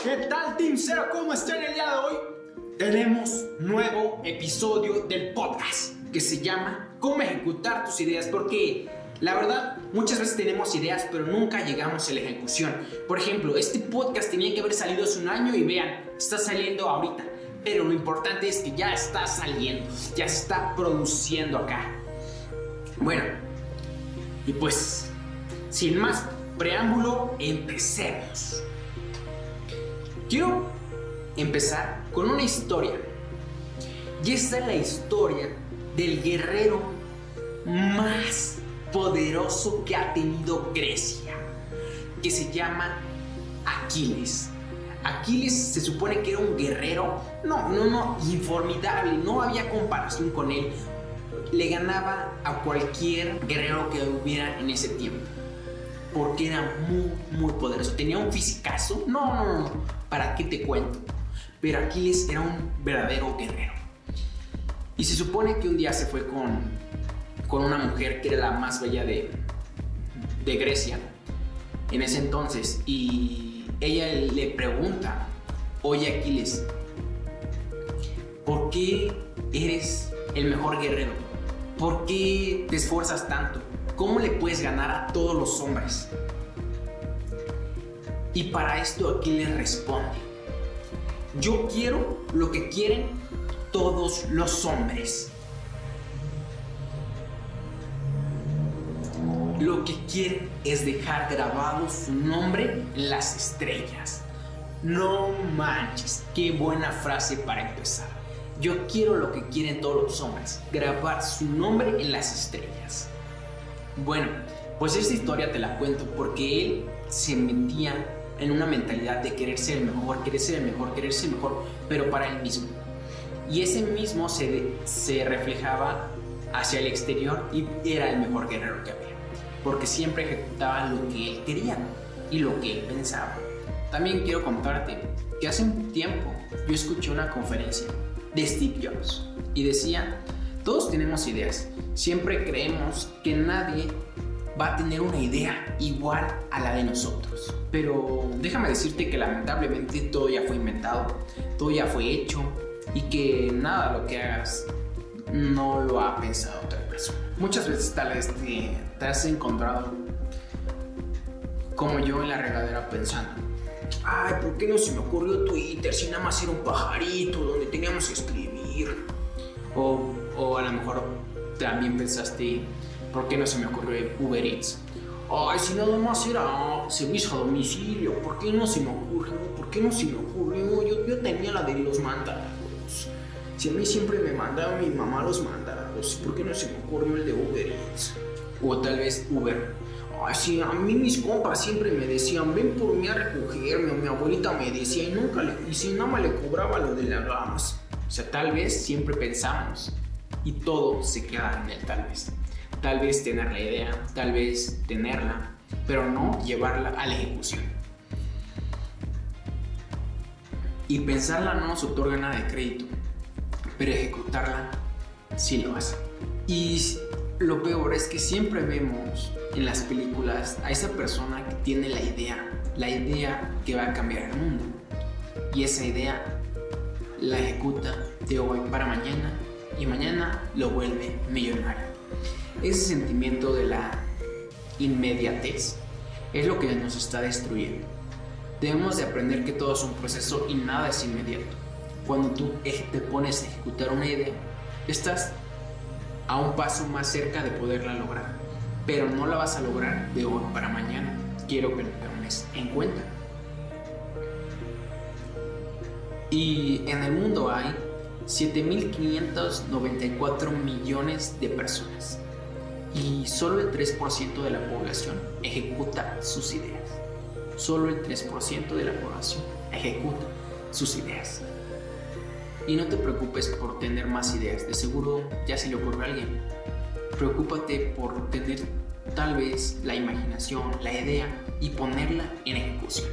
¿Qué tal, Team Zero? ¿Cómo están el día de hoy? Tenemos nuevo episodio del podcast que se llama Cómo ejecutar tus ideas, porque la verdad muchas veces tenemos ideas pero nunca llegamos a la ejecución. Por ejemplo, este podcast tenía que haber salido hace un año y vean, está saliendo ahorita, pero lo importante es que ya está saliendo, ya se está produciendo acá. Bueno, y pues sin más preámbulo, empecemos. Quiero empezar con una historia. Y esta es la historia del guerrero más poderoso que ha tenido Grecia, que se llama Aquiles. Aquiles se supone que era un guerrero, informidable, no había comparación con él. Le ganaba a cualquier guerrero que hubiera en ese tiempo, porque era muy poderoso. Tenía un fisicazo, ¿para qué te cuento? Pero Aquiles era un verdadero guerrero. Y se supone que un día se fue con una mujer que era la más bella de Grecia en ese entonces. Y ella le pregunta: oye, Aquiles, ¿por qué eres el mejor guerrero? ¿Por qué te esfuerzas tanto? ¿Cómo le puedes ganar a todos los hombres? Y para esto Aquiles responde: yo quiero lo que quieren todos los hombres. Lo que quieren es dejar grabado su nombre en las estrellas. No manches, qué buena frase para empezar. Yo quiero lo que quieren todos los hombres, grabar su nombre en las estrellas. Bueno, pues esta historia te la cuento porque él se metía en una mentalidad de querer ser el mejor, pero para él mismo. Y ese mismo se reflejaba hacia el exterior y era el mejor guerrero que había, porque siempre ejecutaba lo que él quería y lo que él pensaba. También quiero contarte que hace un tiempo yo escuché una conferencia de Steve Jobs y decía: todos tenemos ideas, siempre creemos que nadie va a tener una idea igual a la de nosotros. Pero déjame decirte que lamentablemente todo ya fue inventado, todo ya fue hecho y que nada de lo que hagas no lo ha pensado otra persona. Muchas veces tal vez te has encontrado como yo en la regadera pensando: ay, ¿por qué no se me ocurrió Twitter si nada más era un pajarito donde teníamos que escribir? O a lo mejor también pensaste: ¿por qué no se me ocurrió Uber Eats? Ay, si nada más era servicio a domicilio, ¿por qué no se me ocurrió? Yo tenía la de los mandados. Si a mí siempre me mandaba mi mamá los mandados, ¿por qué no se me ocurrió el de Uber Eats? O tal vez Uber. Ay, si a mí mis compas siempre me decían: ven por mí a recogerme, o mi abuelita me decía, y si nada más le cobraba lo de la gas. O sea, tal vez siempre pensamos y todo se queda en el tal vez. Tal vez tener la idea, tal vez tenerla, pero no llevarla a la ejecución. Y pensarla no nos otorga nada de crédito, pero ejecutarla sí lo hace. Y lo peor es que siempre vemos en las películas a esa persona que tiene la idea que va a cambiar el mundo. Y esa idea la ejecuta de hoy para mañana y mañana lo vuelve millonario. Ese sentimiento de la inmediatez es lo que nos está destruyendo. Debemos de aprender que todo es un proceso y nada es inmediato. Cuando tú te pones a ejecutar una idea, estás a un paso más cerca de poderla lograr, pero no la vas a lograr de hoy para mañana. Quiero que lo tomes en cuenta. Y en el mundo hay 7.594 millones de personas y solo el 3% de la población ejecuta sus ideas. Solo el 3% de la población ejecuta sus ideas. Y no te preocupes por tener más ideas, de seguro ya se le ocurrió a alguien. Preocúpate por tener tal vez la imaginación, la idea y ponerla en ejecución.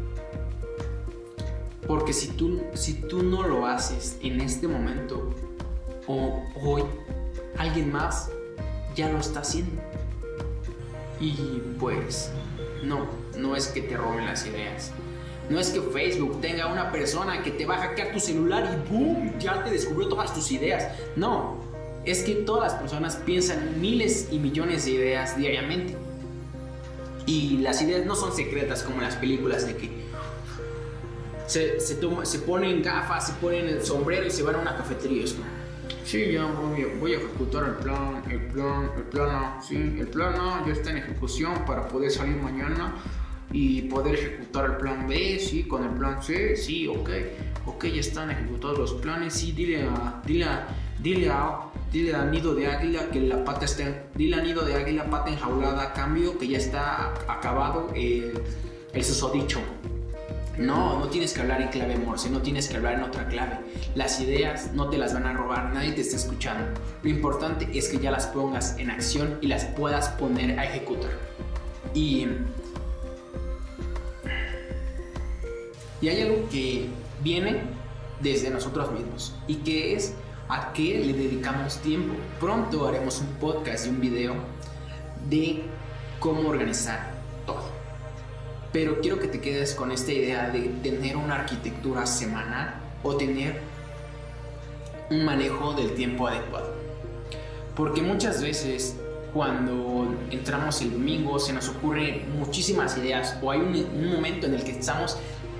Porque si tú no lo haces en este momento o hoy, alguien más ya lo está haciendo. Y pues no es que te roben las ideas, No es que Facebook tenga una persona que te va a hackear tu celular y ¡boom! Ya te descubrió todas tus ideas. No, es que todas las personas piensan miles y millones de ideas diariamente. Y las ideas no son secretas como en las películas de que se ponen gafas, se ponen el sombrero y se van a una cafetería. Es como, sí, ya voy a ejecutar el plan A. Sí, el plan A ya está en ejecución para poder salir mañana y poder ejecutar el plan B. Sí, con el plan C. Sí, ok, ya están ejecutados los planes. Sí, dile a Nido de Águila que la pata está. Dile a Nido de Águila, pata enjaulada, a cambio que ya está acabado el susodicho. No tienes que hablar en clave Morse, no tienes que hablar en otra clave. Las ideas no te las van a robar, nadie te está escuchando. Lo importante es que ya las pongas en acción y las puedas poner a ejecutar. Y hay algo que viene desde nosotros mismos y que es a qué le dedicamos tiempo. Pronto haremos un podcast y un video de cómo organizar todo. Pero quiero que te quedes con esta idea de tener una arquitectura semanal o tener un manejo del tiempo adecuado. Porque muchas veces cuando entramos el domingo se nos ocurren muchísimas ideas o hay un momento en el que estamos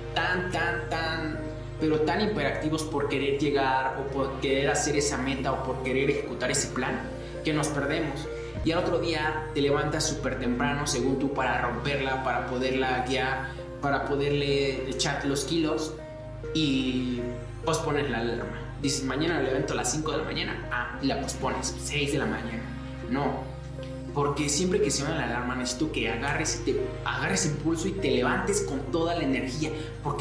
tan hiperactivos por querer llegar o por querer hacer esa meta o por querer ejecutar ese plan que nos perdemos. Y al otro día te levantas súper temprano, según tú, para romperla, para poderla guiar, para poderle echar los kilos y pospones la alarma. Dices, mañana me levanto a las 5 de la mañana. Y la pospones, 6 de la mañana. No, porque siempre que suena la alarma necesito que agarres impulso y te levantes con toda la energía. Porque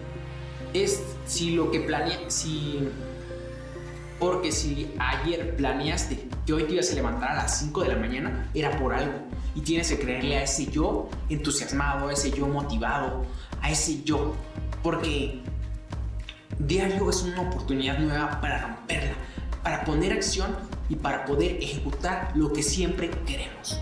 Porque si ayer planeaste que hoy te ibas a levantar a las 5 de la mañana, era por algo. Y tienes que creerle a ese yo entusiasmado, a ese yo motivado, a ese yo. Porque diario es una oportunidad nueva para romperla, para poner acción y para poder ejecutar lo que siempre queremos.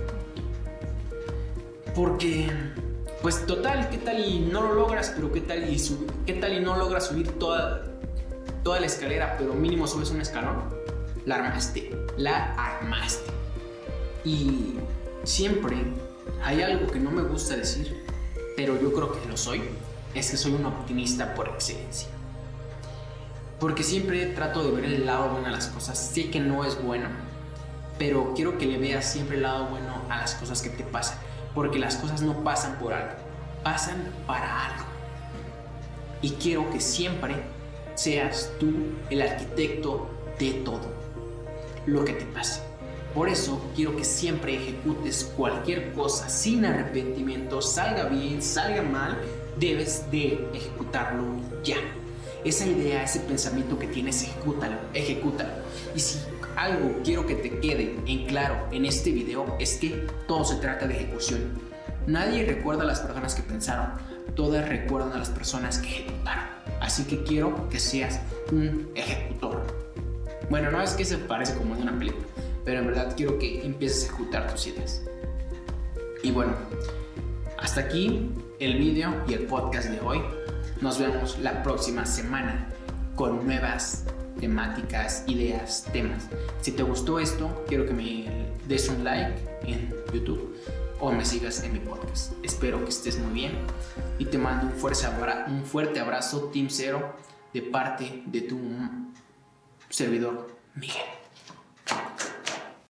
Porque, pues total, ¿qué tal y no lo logras? Pero ¿qué tal y no logras subir toda la escalera, pero mínimo subes un escalón? La armaste. Y siempre hay algo que no me gusta decir, pero yo creo que lo soy, es que soy un optimista por excelencia. Porque siempre trato de ver el lado bueno a las cosas. Sé que no es bueno, pero quiero que le veas siempre el lado bueno a las cosas que te pasan, porque las cosas no pasan por algo, pasan para algo. Y quiero que siempre seas tú el arquitecto de todo lo que te pase. Por eso quiero que siempre ejecutes cualquier cosa sin arrepentimiento, salga bien, salga mal, debes de ejecutarlo ya. Esa idea, ese pensamiento que tienes, ejecútalo. Y si algo quiero que te quede en claro en este video es que todo se trata de ejecución. Nadie recuerda a las personas que pensaron, todas recuerdan a las personas que ejecutaron. Así que quiero que seas un ejecutor. Bueno, no es que se parece como de una película, pero en verdad quiero que empieces a ejecutar tus ideas. Y bueno, hasta aquí el video y el podcast de hoy. Nos vemos la próxima semana con nuevas temáticas, ideas, temas. Si te gustó esto, quiero que me des un like en YouTube o me sigas en mi podcast. Espero que estés muy bien y te mando un fuerte abrazo, Team Zero, de parte de tu servidor, Miguel.